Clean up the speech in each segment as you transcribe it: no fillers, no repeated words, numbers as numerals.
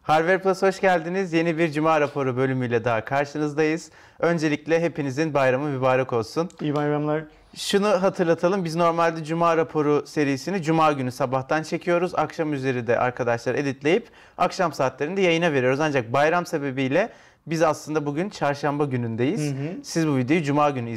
Harvard Plus hoş geldiniz. Yeni bir Cuma raporu bölümüyle daha karşınızdayız. Öncelikle hepinizin bayramı mübarek olsun. İyi bayramlar. Şunu hatırlatalım. Biz normalde Cuma raporu serisini Cuma günü sabahtan çekiyoruz. Akşam üzeri de arkadaşlar editleyip akşam saatlerinde yayına veriyoruz. Ancak bayram sebebiyle biz aslında bugün çarşamba günündeyiz. Siz bu videoyu Cuma günü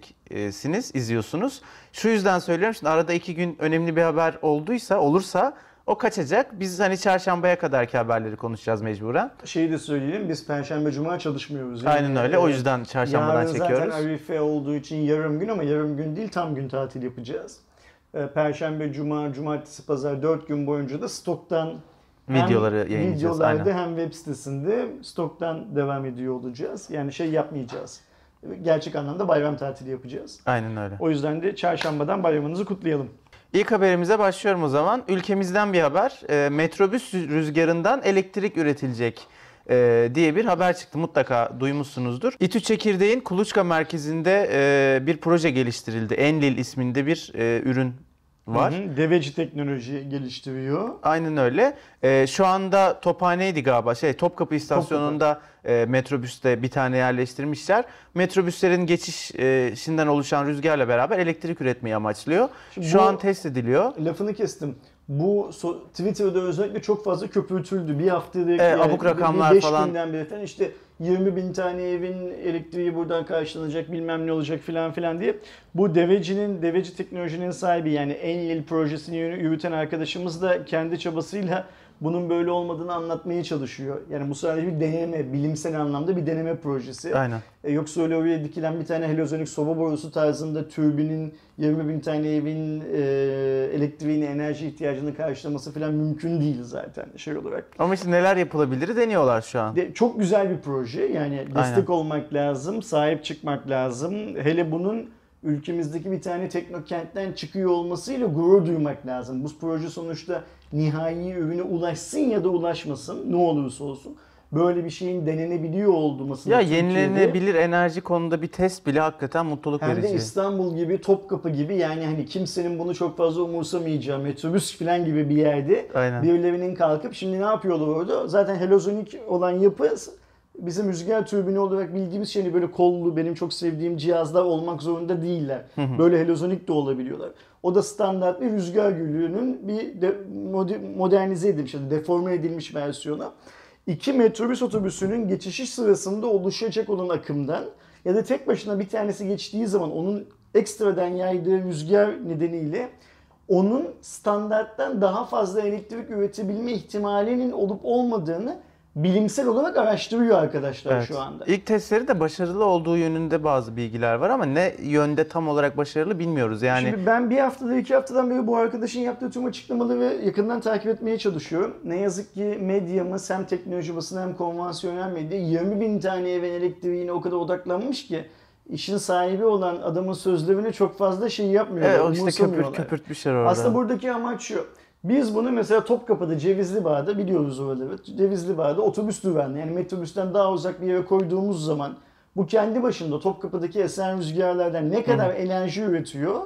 izliyorsunuz. Şu yüzden söylüyorum. Şimdi arada 2 gün önemli bir haber olursa o kaçacak. Biz hani çarşambaya kadarki haberleri konuşacağız mecburen. Şeyi de söyleyelim, biz Perşembe Cuma çalışmıyoruz. Yani aynen öyle. O yüzden çarşambadan çekiyoruz. Yarın zaten Arife olduğu için yarım gün ama yarım gün değil, tam gün tatil yapacağız. Perşembe, Cuma, Cumartesi, Pazar 4 gün boyunca da stoktan videoları yayınlayacağız. Videolarda hem web sitesinde stoktan devam ediyor olacağız. Yani şey yapmayacağız. Gerçek anlamda bayram tatili yapacağız. Aynen öyle. O yüzden de çarşambadan bayramınızı kutlayalım. İlk haberimize başlıyorum o zaman. Ülkemizden bir haber. Metrobüs rüzgarından elektrik üretilecek diye bir haber çıktı. Mutlaka duymuşsunuzdur. İTÜ Çekirdeğin Kuluçka merkezinde bir proje geliştirildi. Enlil isminde bir ürün var. Deveci teknoloji geliştiriyor. Aynen öyle. Şu anda Tophane'ydi galiba. Topkapı istasyonunda metrobüste bir tane yerleştirmişler. Metrobüslerin geçişinden oluşan rüzgarla beraber elektrik üretmeyi amaçlıyor. Şu an test ediliyor. Lafını kestim. Bu Twitter'da özellikle çok fazla köpürtüldü. Bir haftadır abuk rakamlar 5 falan. günden beri falan işte 20 bin tane evin elektriği buradan karşılanacak, bilmem ne olacak filan diye. Bu Deveci teknolojinin sahibi, yani Enlil projesini yürüten arkadaşımız da kendi çabasıyla bunun böyle olmadığını anlatmaya çalışıyor. Yani bu sadece bir deneme, bilimsel anlamda bir deneme projesi. Aynen. Yoksa öyle oraya dikilen bir tane halojenik soba borusu tarzında türbinin 20 bin tane evin elektriğini, enerji ihtiyacını karşılaması falan mümkün değil zaten şey olarak. Ama işte neler yapılabilir deniyorlar şu an. Çok güzel bir proje. Yani destek olmak lazım, sahip çıkmak lazım. Hele bunun ülkemizdeki bir tane teknokentten çıkıyor olmasıyla gurur duymak lazım. Bu proje sonuçta nihai ürüne ulaşsın ya da ulaşmasın, ne olursa olsun, böyle bir şeyin denenebiliyor olması. Ya yenilenebilir enerji konuda bir test bile hakikaten mutluluk verici. Hem de İstanbul gibi, Topkapı gibi, yani hani kimsenin bunu çok fazla umursamayacağı metrobüs falan gibi bir yerde birilerinin kalkıp şimdi ne yapıyorlar orada? Zaten halojenik olan yapı bizim rüzgar türbini olarak bildiğimiz şeyini böyle kollu, benim çok sevdiğim cihazlar olmak zorunda değiller. Böyle halojenik de olabiliyorlar. O da standart bir rüzgar gülüğünün bir modernize edilmiş, deforme edilmiş versiyonu. 2 metrobüs otobüsünün geçişi sırasında oluşacak olan akımdan ya da tek başına bir tanesi geçtiği zaman onun ekstradan yaydığı rüzgar nedeniyle onun standarttan daha fazla elektrik üretebilme ihtimalinin olup olmadığını bilimsel olarak araştırıyor arkadaşlar şu anda. İlk testleri de başarılı olduğu yönünde bazı bilgiler var ama ne yönde tam olarak başarılı bilmiyoruz. Yani şimdi ben bir haftada 2 haftadan beri bu arkadaşın yaptığı tüm açıklamaları ve yakından takip etmeye çalışıyorum. Ne yazık ki medyamız, hem teknoloji basını hem konvansiyonel medya 20 bin tane evin elektriğine o kadar odaklanmış ki işin sahibi olan adamın sözlerine çok fazla şey yapmıyorlar. Evet, işte köpürtmüşler orada. Aslında buradaki amaç şu. Biz bunu mesela Topkapı'da, Cevizlibağ'da, biliyoruz oraları. Cevizlibağ'da otobüs durağına, yani metrobüsten daha uzak bir yere koyduğumuz zaman bu kendi başında Topkapı'daki esen rüzgarlardan ne kadar enerji üretiyor?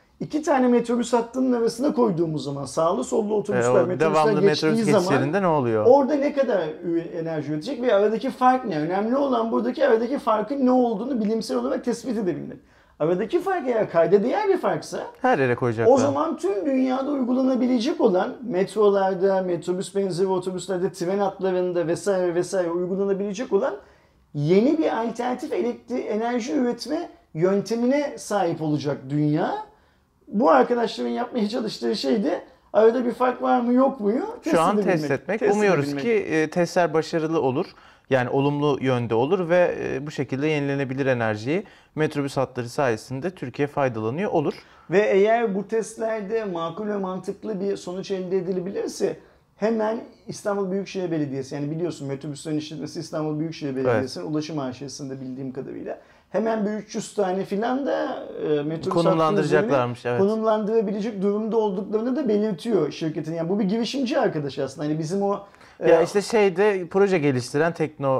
2 tane metrobüs hattının arasına koyduğumuz zaman, sağlı sollu otobüsler metrobüsten geçtiği zaman ne oluyor? Orada ne kadar enerji üretecek ve aradaki fark ne? Önemli olan buradaki aradaki farkın ne olduğunu bilimsel olarak tespit edebilmek. Aradaki fark eğer kayda değer bir farksa her yere koyacaklar. O zaman tüm dünyada uygulanabilecek olan metrolarda, metrobüs benzeri otobüslerde, tren hatlarında vesaire uygulanabilecek olan yeni bir alternatif enerji üretme yöntemine sahip olacak dünya. Bu arkadaşların yapmaya çalıştığı şey de arada bir fark var mı yok mu? Şu an test etmek. Umuyoruz ki testler başarılı olur. Yani olumlu yönde olur ve bu şekilde yenilenebilir enerjiyi metrobüs hatları sayesinde Türkiye faydalanıyor olur. Ve eğer bu testlerde makul ve mantıklı bir sonuç elde edilebilirse hemen İstanbul Büyükşehir Belediyesi, yani biliyorsun metrobüslerin işletmesi İstanbul Büyükşehir Belediyesi'nin Ulaşım AŞ'sinde bildiğim kadarıyla. Hemen bir 300 tane filan da metrobüs konumlandıracaklarmış. Evet. Konumlandırabilecek durumda olduklarını da belirtiyor şirketin. Yani bu bir girişimci arkadaş aslında. Hani bizim o ya işte proje geliştiren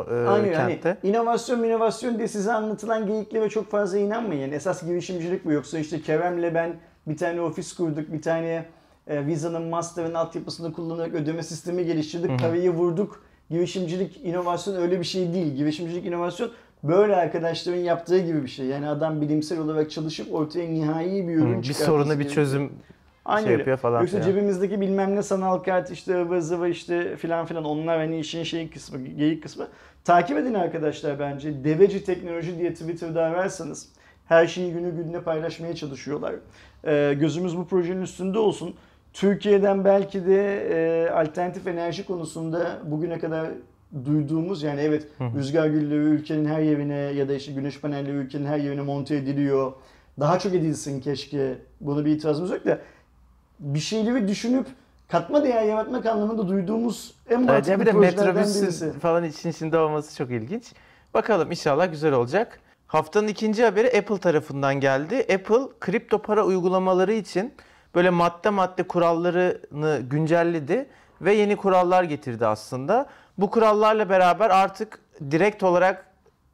kentte. Hani inovasyon diye size anlatılan geyiklere çok fazla inanmayın. Yani esas girişimcilik bu. Yoksa işte Kerem'le ben bir tane ofis kurduk, bir tane Visa'nın Master'ın altyapısını kullanarak ödeme sistemi geliştirdik, parayı vurduk girişimcilik, inovasyon öyle bir şey değil. Girişimcilik, inovasyon böyle arkadaşların yaptığı gibi bir şey. Yani adam bilimsel olarak çalışıp ortaya nihai bir ürün Bir çıkartması soruna bir gerekiyor. çözüm şey yapıyor falan. Yoksa filan. cebimizdeki bilmem ne sanal kart işte ıvır zıvır işte filan filan onlar hani işin şey kısmı, geyik kısmı. Takip edin arkadaşlar bence. Deveci Teknoloji diye Twitter'da ararsanız her şeyi günü gününe paylaşmaya çalışıyorlar. Gözümüz bu projenin üstünde olsun. Türkiye'den belki de alternatif enerji konusunda bugüne kadar duyduğumuz yani evet rüzgar gülleri ülkenin her yerine ya da işte güneş panelleri ülkenin her yerine monte ediliyor. Daha çok edilsin keşke. Buna bir itirazımız yok da bir şeyleri düşünüp katma değer yaratmak anlamında duyduğumuz en mantıklı bir de projelerden metrobüs birisi. falan için içinde olması çok ilginç. Bakalım inşallah güzel olacak. Haftanın ikinci haberi Apple tarafından geldi. Apple kripto para uygulamaları için böyle madde madde kurallarını güncelledi ve yeni kurallar getirdi aslında. Bu kurallarla beraber artık direkt olarak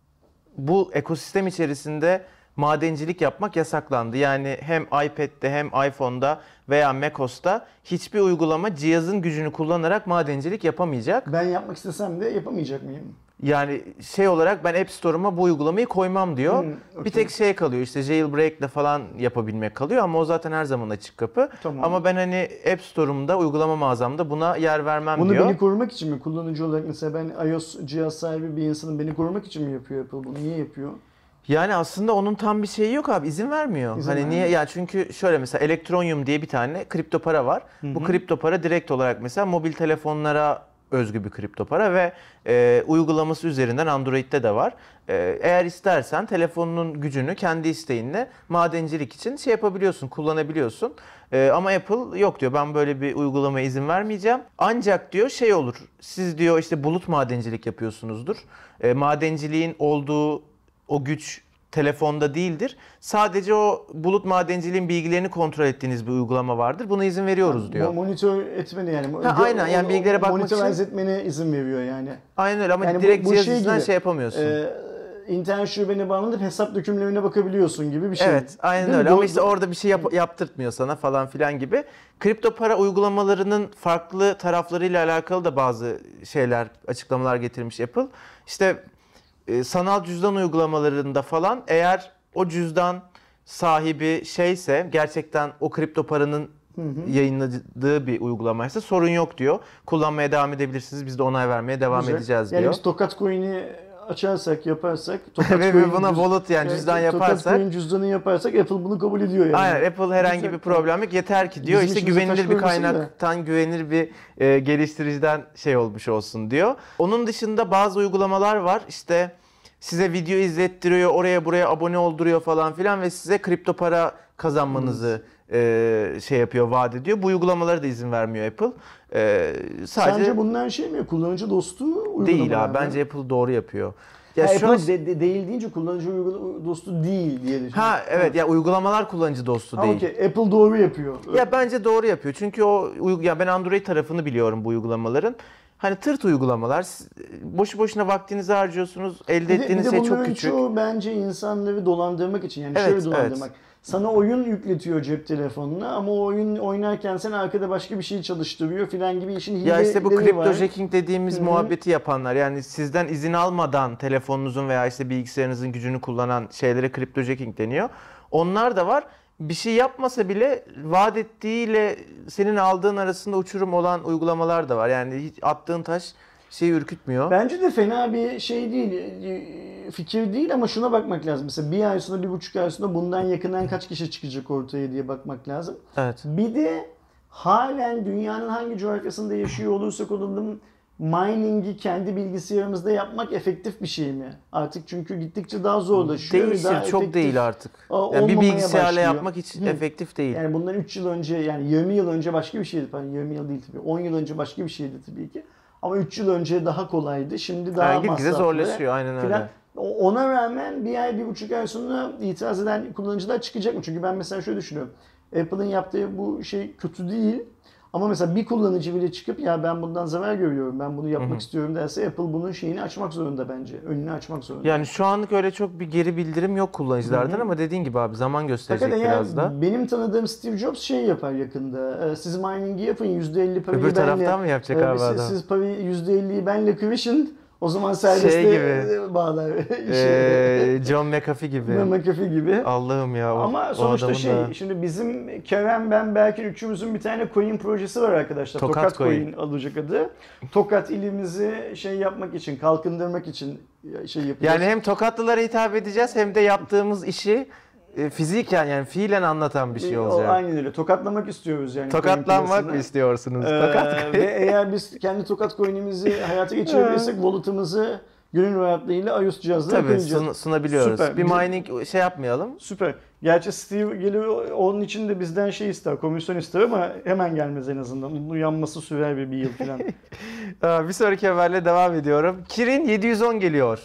bu ekosistem içerisinde madencilik yapmak yasaklandı. Yani hem iPad'de hem iPhone'da veya macOS'ta hiçbir uygulama cihazın gücünü kullanarak madencilik yapamayacak. Ben yapmak istesem de yapamayacak mıyım? Yani şey olarak ben App Store'uma bu uygulamayı koymam diyor. Okay. Bir tek şey kalıyor işte jailbreak'le falan yapabilmek kalıyor ama o zaten her zaman açık kapı. Tamam. Ama ben hani App Store'umda, uygulama mağazamda buna yer vermem Bunu diyor. beni korumak için mi? Kullanıcı olarak mesela ben iOS cihaz sahibi bir insanın beni korumak için mi yapıyor Apple bunu? Niye yapıyor? Yani aslında onun tam bir şeyi yok abi, izin vermiyor. İzin hani vermiyor. niye? Yani çünkü şöyle mesela Electroneum diye bir tane kripto para var. Bu kripto para direkt olarak mesela mobil telefonlara özgü bir kripto para ve uygulaması üzerinden Android'de de var. Eğer istersen telefonunun gücünü kendi isteğinle madencilik için şey yapabiliyorsun, kullanabiliyorsun. Ama Apple yok diyor, ben böyle bir uygulamaya izin vermeyeceğim. Ancak diyor şey olur, siz diyor işte bulut madencilik yapıyorsunuzdur. Madenciliğin olduğu o güç telefonda değildir. Sadece o bulut madenciliğin bilgilerini kontrol ettiğiniz bir uygulama vardır. Buna izin veriyoruz diyor. Monitör etmeni yani. Aynen yani bilgilere bakmak için. Monitör etmene izin veriyor yani. Aynen öyle ama Yani direkt bu cihaz şey üzerinden gibi, şey yapamıyorsun. İnternet şubene bağlanıp hesap dökümlerine bakabiliyorsun gibi bir şey. Evet, aynen Değil öyle mi? ama işte orada bir şey yaptırtmıyor sana falan filan gibi. Kripto para uygulamalarının farklı taraflarıyla alakalı da bazı şeyler, açıklamalar getirmiş Apple. İşte sanal cüzdan uygulamalarında falan eğer o cüzdan sahibi şeyse, gerçekten o kripto paranın yayınladığı bir uygulamaysa sorun yok diyor. Kullanmaya devam edebilirsiniz. Biz de onay vermeye devam Güzel. edeceğiz diyor. Yani biz Tokat Coin'i açarsak, yaparsak, Ve buna wallet yani cüzdan yaparsak. Tokat Coin cüzdanı yaparsak Apple bunu kabul ediyor yani. Aynen, Apple herhangi Güzel. bir problem yok. Yeter ki diyor Bizim işte işimize taş güvenilir bir koymasın da. kaynaktan, güvenilir bir geliştiriciden şey olmuş olsun diyor. Onun dışında bazı uygulamalar var. İşte size video izlettiriyor, oraya buraya abone olduruyor falan filan ve size kripto para kazanmanızı şey yapıyor, vaat ediyor. Bu uygulamalara da izin vermiyor Apple. Sadece Sence bunlar şey mi? Kullanıcı dostu uygulamalar değil abi. mı? Bence Apple doğru yapıyor. Ya Ya şu an Apple değil deyince kullanıcı dostu değil diye düşünüyorum. ha evet ya uygulamalar kullanıcı dostu değil. Okay. Apple doğru yapıyor. Ya bence doğru yapıyor. Çünkü ya ben Android tarafını biliyorum bu uygulamaların. Hani tırt uygulamalar. Boşu boşuna vaktinizi harcıyorsunuz. Elde ettiğiniz şey çok küçük. Çoğu bence insanları dolandırmak için. Yani Evet, şöyle dolandırmak. Sana oyun yükletiyor cep telefonuna ama o oyun oynarken sen arkada başka bir şey çalıştırıyor filan gibi işin hileleri var. Ya işte bu cryptojacking dediğimiz muhabbeti yapanlar, yani sizden izin almadan telefonunuzun veya işte bilgisayarınızın gücünü kullanan şeylere cryptojacking deniyor. Onlar da var. Bir şey yapmasa bile vaat ettiğiyle senin aldığın arasında uçurum olan uygulamalar da var. Yani hiç attığın taş şeyi ürkütmüyor. Bence de fena bir şey değil, fikir değil ama şuna bakmak lazım. Mesela bir ay sonra, 1,5 ay sonra bundan yakından kaç kişi çıkacak ortaya diye bakmak lazım. Evet. Bir de halen dünyanın hangi coğrafyasında yaşıyor olursak olalım mining'i kendi bilgisayarımızda yapmak efektif bir şey mi? Artık çünkü gittikçe daha zorlaşıyor. Değişir, daha çok değil artık. Yani bir olmamaya bilgisayarla başlıyor. yapmak hiç efektif değil. Yani bundan 3 yıl önce, yani 20 yıl önce başka bir şeydi. Yani 20 yıl değil tabii. 10 yıl önce başka bir şeydi tabii ki. Ama 3 yıl önce daha kolaydı. Şimdi daha Gitgide masraflı. zorlaşıyor, aynen öyle. Falan. Ona rağmen bir ay, 1,5 ay sonra itiraz eden kullanıcılar çıkacak mı? Çünkü ben mesela şöyle düşünüyorum. Apple'ın yaptığı bu şey kötü değil. Ama mesela bir kullanıcı bile çıkıp ya ben bundan zarar görüyorum, ben bunu yapmak istiyorum derse Apple bunun şeyini açmak zorunda bence. Önünü açmak zorunda. Yani şu anlık öyle çok bir geri bildirim yok kullanıcılardan ama dediğin gibi abi zaman gösterecek biraz da. Benim tanıdığım Steve Jobs şey yapar yakında. Siz mining'i yapın %50 parayı Öbür benle. taraftan mı yapacak abi adam? Siz parayı %50'yi benle kıvışın. O zaman serbeste gibi. bağlar. John McAfee gibi. McAfee gibi. Allah'ım ya. Ama sonuçta şimdi bizim Kerem, ben, belki üçümüzün bir tane coin projesi var arkadaşlar. Tokat Coin alacak adı. Tokat ilimizi şey yapmak için, kalkındırmak için şey yapacağız. Yani hem Tokatlılara hitap edeceğiz hem de yaptığımız işi fiziken yani fiilen anlatan bir şey olacak. Aynen öyle. Tokatlamak istiyoruz yani. Tokatlanmak mı istiyorsunuz? Ve eğer biz kendi Tokat Coin'imizi hayata geçirebilirsek wallet'ımızı gönül rahatlığıyla iOS cihazlara koyacağız. Sunabiliyoruz. Süper. Bir mining şey yapmayalım. Süper. Gerçi Steve geliyor onun için de bizden şey ister, komisyon ister ama hemen gelmez en azından. Onun uyanması sürer bir yıl falan. Bir sonraki haberle devam ediyorum. Kirin 710 geliyor.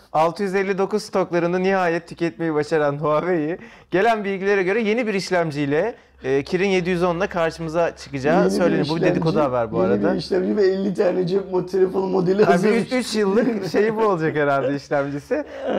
659 stoklarını nihayet tüketmeyi başaran Huawei, gelen bilgilere göre yeni bir işlemciyle Kirin 710'la karşımıza çıkacağı söyleniyor. Bu bir dedikodu haber bu arada. Yeni bir işlemci ve 50 tane cep telefonu modeli hazırmış. 3 yıllık şeyi bu olacak herhalde işlemcisi.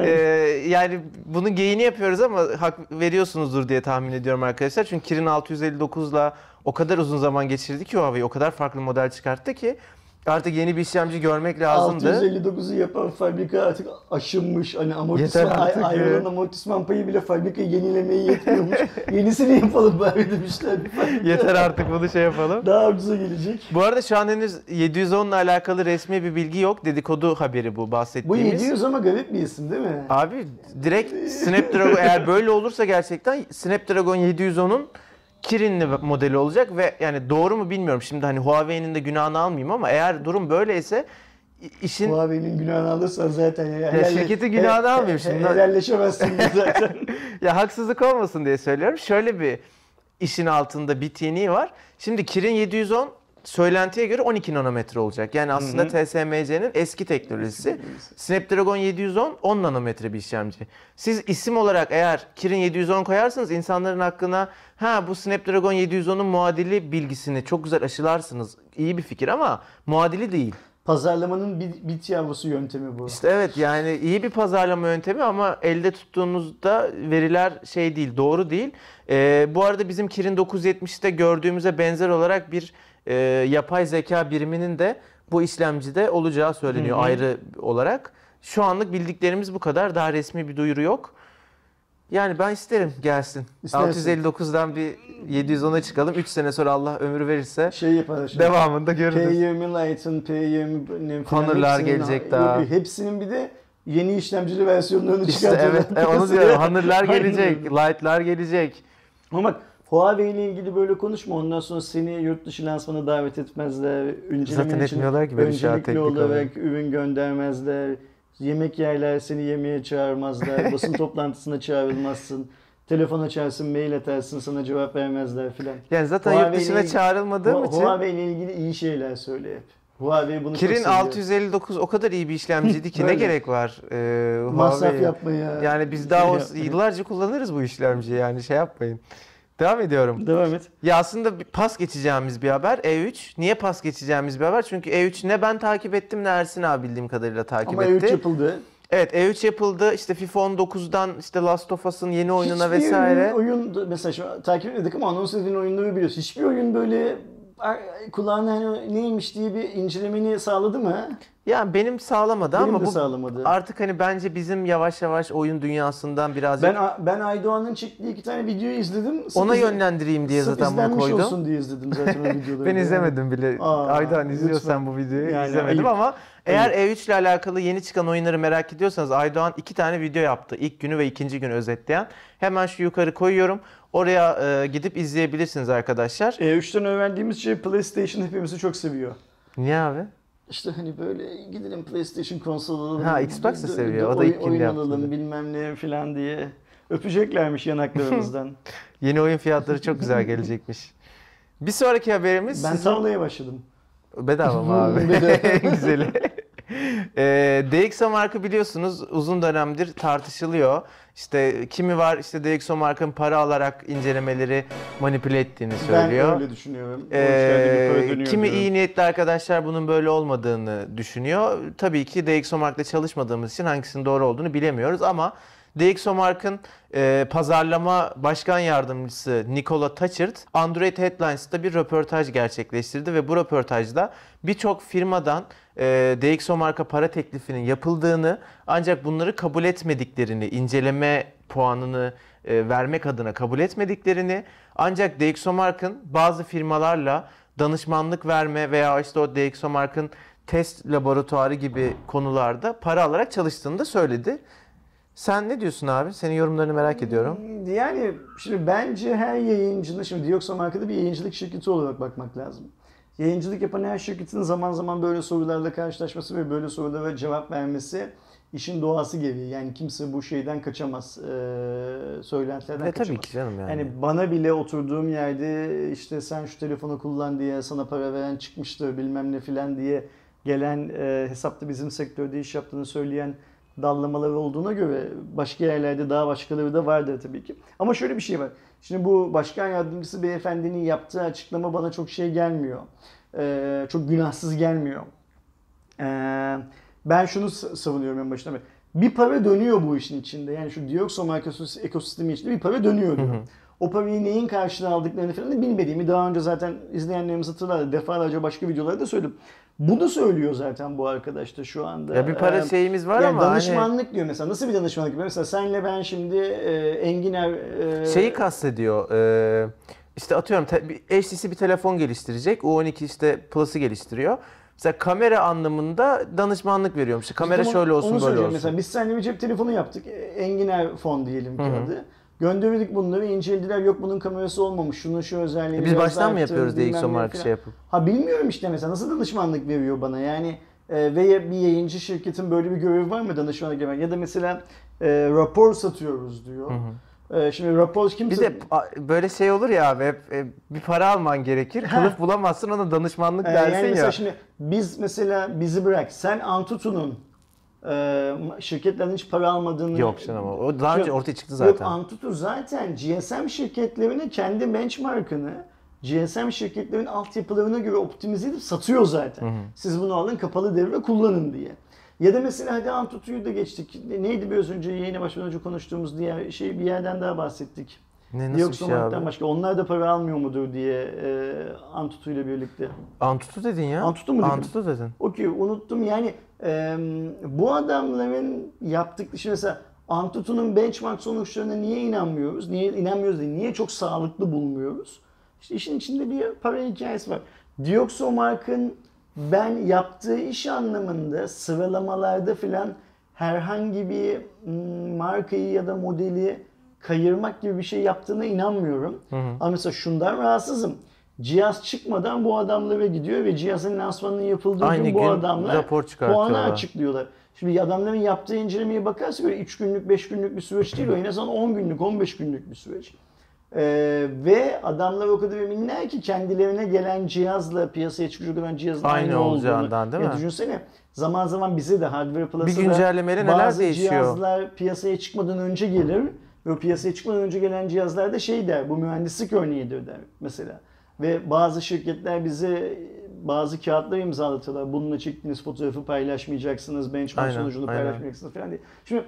Yani bunun geyini yapıyoruz ama hak veriyorsunuzdur diye tahmin ediyorum arkadaşlar. Çünkü Kirin 659'la o kadar uzun zaman geçirdi ki Huawei, o kadar farklı model çıkarttı ki artık yeni bir işlemci görmek lazımdı. 659'u yapan fabrika artık aşınmış. Hani ayrılan amortisman payı bile fabrika yenilemeye yetmiyormuş. Yenisini yapalım bari demişler. Yeter artık bunu şey yapalım. Daha ucuza gelecek. Bu arada şu an henüz 710 ile alakalı resmi bir bilgi yok. Dedikodu haberi bu bahsettiğimiz. Bu 700 ama garip bir isim değil mi? Abi direkt Snapdragon eğer böyle olursa gerçekten Snapdragon 710'un Kirin'li modeli olacak ve yani doğru mu bilmiyorum. Şimdi hani Huawei'nin de günahını almayayım ama eğer durum böyleyse işin... Huawei'nin günahını alırsan zaten ya şirketin günahını almayayım şimdi. Helalleşemezsin zaten. Ya haksızlık olmasın diye söylüyorum. Şöyle bir işin altında bir tini var. Şimdi Kirin 710 söylentiye göre 12 nanometre olacak. Yani aslında TSMC'nin eski teknolojisi. Snapdragon 710 10 nanometre bir işlemci. Siz isim olarak eğer Kirin 710 koyarsanız insanların hakkına bu Snapdragon 710'un muadili bilgisini çok güzel aşılarsınız. İyi bir fikir ama muadili değil. Pazarlamanın bit yavrusu yöntemi bu. İşte evet, yani iyi bir pazarlama yöntemi ama elde tuttuğunuzda veriler şey değil, doğru değil. Bu arada bizim Kirin 970'te gördüğümüze benzer olarak bir yapay zeka biriminin de bu işlemcide olacağı söyleniyor ayrı olarak. Şu anlık bildiklerimiz bu kadar. Daha resmi bir duyuru yok. Yani ben isterim gelsin. İstersin. 659'dan bir 710'a çıkalım. 3 sene sonra Allah ömür verirse şey yapar, devamında görürüz. P20 Lite'ın, P20 Honor'lar gelecek daha. Hepsinin bir de yeni işlemcili versiyonlarını çıkartacak. Evet, onu diyorum. Honor'lar gelecek, Lite'lar gelecek. Ama bak, Huawei ile ilgili böyle konuşma. Ondan sonra seni yurt dışı lansmana davet etmezler. Zaten etmiyorlar ki böyle şey öncelikli olarak ürün göndermezler. Yemek yerler, seni yemeğe çağırmazlar. Basın toplantısına çağrılmazsın. Telefon açarsın, mail atarsın, sana cevap vermezler filan. Yani zaten yurt dışına çağrılmadığım için. Huawei ile ilgili iyi şeyler söyle hep. Huawei bunu Kirin çok seviyor. 659 o kadar iyi bir işlemciydi ki ne gerek var masraf yapmaya. Yani biz daha yıllarca kullanırız bu işlemciyi, yani şey yapmayın. Devam ediyorum. Devam et. Ya aslında pas geçeceğimiz bir haber E3. Niye pas geçeceğimiz bir haber? Çünkü E3 ne ben takip ettim ne Ersin abi bildiğim kadarıyla takip etti. Ama E3 yapıldı. Evet, E3 yapıldı. İşte FIFA 19'dan işte Last of Us'ın yeni oyununa vesaire. Oyun mesela şu an takip etmedik ama anons edilen oyunları biliyoruz. Hiçbir oyun böyle kulağına hani neymiş diye bir incelemeni sağladı mı? Yani benim sağlamadı ama bu sağlamadı. Artık hani bence bizim yavaş yavaş oyun dünyasından birazcık... Ben Aydoğan'ın çektiği 2 tane videoyu izledim. Ona yönlendireyim diye zaten bunu koydum. olsun diye izledim zaten o videoları. Ben izlemedim bile. Aydoğan izliyorsan bu videoyu yani izlemedim ama eğer E3 ile alakalı yeni çıkan oyunları merak ediyorsanız Aydoğan 2 tane video yaptı. İlk günü ve ikinci günü özetleyen. Hemen şu yukarı koyuyorum. Oraya gidip izleyebilirsiniz arkadaşlar. E3'ten öğrendiğimiz şey PlayStation hepimizi çok seviyor. Niye abi? İşte hani böyle gidelim PlayStation konsol alalım. Ha, Xbox da seviyor. O da ilk oyun alalım bilmem ne falan diye. Öpeceklermiş yanaklarımızdan. Yeni oyun fiyatları çok güzel gelecekmiş. Bir sonraki haberimiz... Ben tavlaya başladım. Bedava mı abi? En güzeli. DxOMark'ı biliyorsunuz uzun dönemdir tartışılıyor. İşte kimi var işte DxOMark'ın para alarak incelemeleri manipüle ettiğini söylüyor. Ben öyle düşünüyorum. Kimi diyorum. iyi niyetli arkadaşlar bunun böyle olmadığını düşünüyor. Tabii ki DxOMark'la çalışmadığımız için hangisinin doğru olduğunu bilemiyoruz ama DxOMark'ın pazarlama başkan yardımcısı Nicola Tuchert, Android Headlines'ta bir röportaj gerçekleştirdi ve bu röportajda birçok firmadan DxOMark'a para teklifinin yapıldığını ancak bunları kabul etmediklerini, inceleme puanını vermek adına kabul etmediklerini ancak DxOMark'ın bazı firmalarla danışmanlık verme veya işte o DxOMark'ın test laboratuvarı gibi konularda para alarak çalıştığını da söyledi. Sen ne diyorsun abi? Senin yorumlarını merak ediyorum. Yani şimdi bence her yayıncının, şimdi DxOMark'ta bir yayıncılık şirketi olarak bakmak lazım. Yayıncılık yapan her şirketin zaman zaman böyle sorularla karşılaşması ve böyle sorulara cevap vermesi işin doğası gereği. Yani kimse bu şeyden kaçamaz. Söylentilerden kaçamaz. Tabii ki canım yani. Yani bana bile oturduğum yerde işte sen şu telefonu kullan diye sana para veren çıkmıştır bilmem ne filan diye gelen hesapta bizim sektörde iş yaptığını söyleyen dallamaları olduğuna göre başka yerlerde daha başkaları da vardır tabii ki. Ama şöyle bir şey var. Şimdi bu başkan yardımcısı beyefendinin yaptığı açıklama bana çok şey gelmiyor. Çok günahsız gelmiyor. Ben şunu savunuyorum en başından beri. Bir para dönüyor bu işin içinde. Yani şu DxOMark ekosistemi içinde bir para dönüyor diyor. O parayı neyin karşılığını aldıklarını falan da bilmediğimi daha önce zaten izleyenlerimiz hatırlar. Defalarca başka videolarda söyledim. Bunu söylüyor zaten bu arkadaş da şu anda. Ya bir para şeyimiz var yani ama danışmanlık diyor mesela. Nasıl bir danışmanlık diyor? Mesela senle ben şimdi Enginer... şeyi kastediyor. İşte atıyorum HTC bir telefon geliştirecek. U12 işte Plus'ı geliştiriyor. Mesela kamera anlamında danışmanlık veriyormuş. Kamera şöyle olsun böyle olsun. Mesela biz seninle bir cep telefonu yaptık. Enginer Phone diyelim ki adı. Gönderdik bunları, incelediler. Yok bunun kamerası olmamış. Şunun şu özelliğini biz baştan mı yapıyoruz DxOMark şey yapıp? Ha bilmiyorum işte mesela nasıl danışmanlık veriyor bana yani ve bir yayıncı şirketin böyle bir görevi var mı danışmanlık yapmak? Ya da mesela rapor satıyoruz diyor. Şimdi rapor kimse... Bir de böyle şey olur ya abi bir para alman gerekir. Kılıf bulamazsın ona danışmanlık dersin yani mesela ya. Şimdi bizi bırak. Sen Antutu'nun şirketlerden hiç para almadığını... Yok canım o daha önce ortaya çıktı zaten. Yok Antutu zaten GSM şirketlerine kendi benchmark'ını GSM şirketlerin altyapılarına göre optimize edip satıyor zaten. Siz bunu alın kapalı devre kullanın diye. Ya da mesela hadi Antutu'yu da geçtik. Neydi biraz önce yayına başlamadan önce konuştuğumuz diğer bir yerden daha bahsettik. Nasıl bir şey abi? Başka. Onlar da para almıyor mudur diye Antutu ile birlikte. Antutu dedin ya. Antutu mu dedin? Antutu dedin. Okey unuttum yani bu adamların yaptıkları şey mesela Antutu'nun benchmark sonuçlarına niye inanmıyoruz? Niye inanmıyoruz değil, niye çok sağlıklı bulmuyoruz? İşte işin içinde bir para hikayesi var. DxOMark'ın ben yaptığı iş anlamında sıralamalarda filan herhangi bir markayı ya da modeli kayırmak gibi bir şey yaptığına inanmıyorum. Ama mesela şundan rahatsızım. Cihaz çıkmadan bu adamlara gidiyor ve cihazın lansmanının yapıldığı gün bu adamlar puanı açıklıyorlar. Şimdi adamların yaptığı incelemeye bakarsa böyle 3 günlük 5 günlük bir süreç değil o en azından 10 günlük 15 günlük bir süreç. Ve adamlar o kadar eminler ki kendilerine gelen cihazla piyasaya çıkacak olan cihazın aynı olacağından değil mi? Düşünsene zaman zaman bize de Hardware Plus'ta bir güncellemeyle neler değişiyor? Bazı cihazlar piyasaya çıkmadan önce gelir ve o piyasaya çıkmadan önce gelen cihazlarda şey der bu mühendislik örneğidir der mesela. Ve bazı şirketler bize bazı kağıtlar imzalatıyorlar. Bununla çektiğiniz fotoğrafı paylaşmayacaksınız, benchmark sonucunu paylaşmayacaksınız falan diye. Şimdi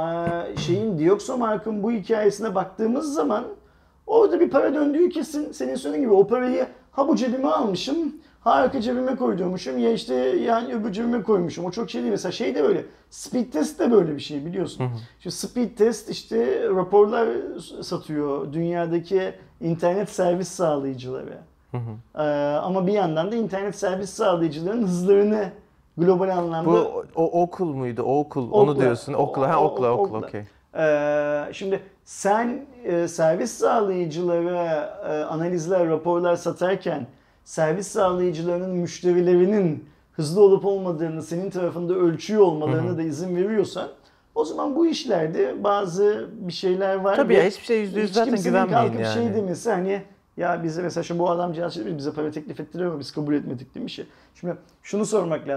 DxOMark'ın bu hikayesine baktığımız zaman orada bir para döndüğü kesin. Senin söylediğin gibi o parayı ha bu cebime almışım, ha arka cebime koyduğumuşum ya işte yani öbür cebime koymuşum. O çok şey değil. Mesela şey de böyle. Speed test de böyle bir şey biliyorsun. Şimdi speed test işte raporlar satıyor dünyadaki internet servis sağlayıcıları. Ama bir yandan da internet servis sağlayıcıların hızlarını global anlamda... Bu okul muydu? Onu diyorsun. Okla. Okey. Şimdi sen servis sağlayıcılara analizler, raporlar satarken servis sağlayıcılarının müşterilerinin hızlı olup olmadığını senin tarafında ölçüyor olmalarına da izin veriyorsan o zaman bu işlerde bazı bir şeyler var. Tabii ya hiçbir şey %100 zaten güvenmeyin yani. Şey demesi hani ya bize mesela şimdi bu adam cihaz bize para teklif ettiriyor ama biz kabul etmedik demiş ya. Şimdi şunu sormak lazım.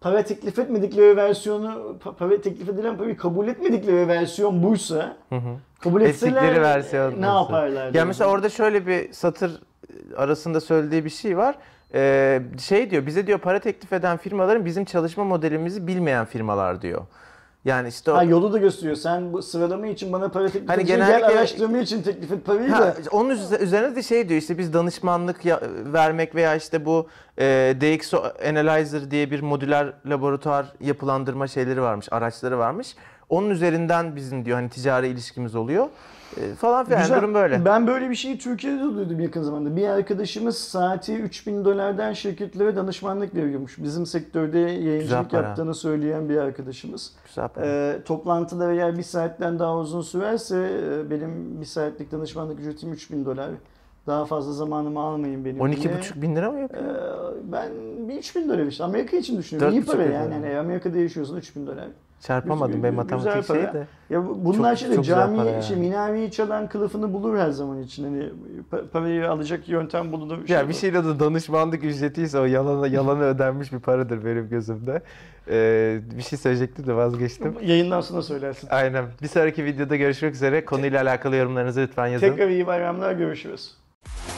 para teklif etmedikleri versiyonu, para teklif edilen parayı kabul etmedikleri versiyon buysa, kabul etseler ne yaparlar? Ya mesela orada şöyle bir satır arasında söylediği bir şey var. Şey diyor, bize diyor para teklif eden firmaların bizim çalışma modelimizi bilmeyen firmalar diyor. Yani işte o... yolu da gösteriyor. Sen bu sıralama için bana para teklif edeceksin. Gel araştırma için teklif et parayı da. Onun üzerine de şey diyor, işte biz danışmanlık vermek veya işte bu DxO Analyzer diye bir modüler laboratuvar yapılandırma şeyleri varmış, araçları varmış. Onun üzerinden bizim diyor hani ticari ilişkimiz oluyor. Falan filan. Güzel. Durum böyle. Ben böyle bir şeyi Türkiye'de de duydum yakın zamanda. Bir arkadaşımız saati $3.000 şirketlere danışmanlık veriyormuş. Bizim sektörde yayıncılık yaptığını söyleyen bir arkadaşımız. Toplantıda eğer bir saatten daha uzun sürerse benim bir saatlik danışmanlık ücretim $3.000. Daha fazla zamanımı almayın benim. 12,5 bin lira mı yapıyor? Ben bir $3.000 işte. Amerika için düşünüyorum. İyi para yani. Yani Amerika'da yaşıyorsun $3.000. Çarpamadım ben matematik şeyi de. Ya bunlar şimdi cami minareyi çalan kılıfını bulur her zaman için. Hani parayı alacak yöntem bulunur. Ya bir şeyle de danışmanlık ücretiyse o yalana ödenmiş bir paradır benim gözümde. Bir şey söyleyecektim de vazgeçtim. Yayından sonra söylersin. Aynen. Bir sonraki videoda görüşmek üzere. Konuyla alakalı yorumlarınızı lütfen yazın. Tekrar iyi bayramlar, görüşürüz.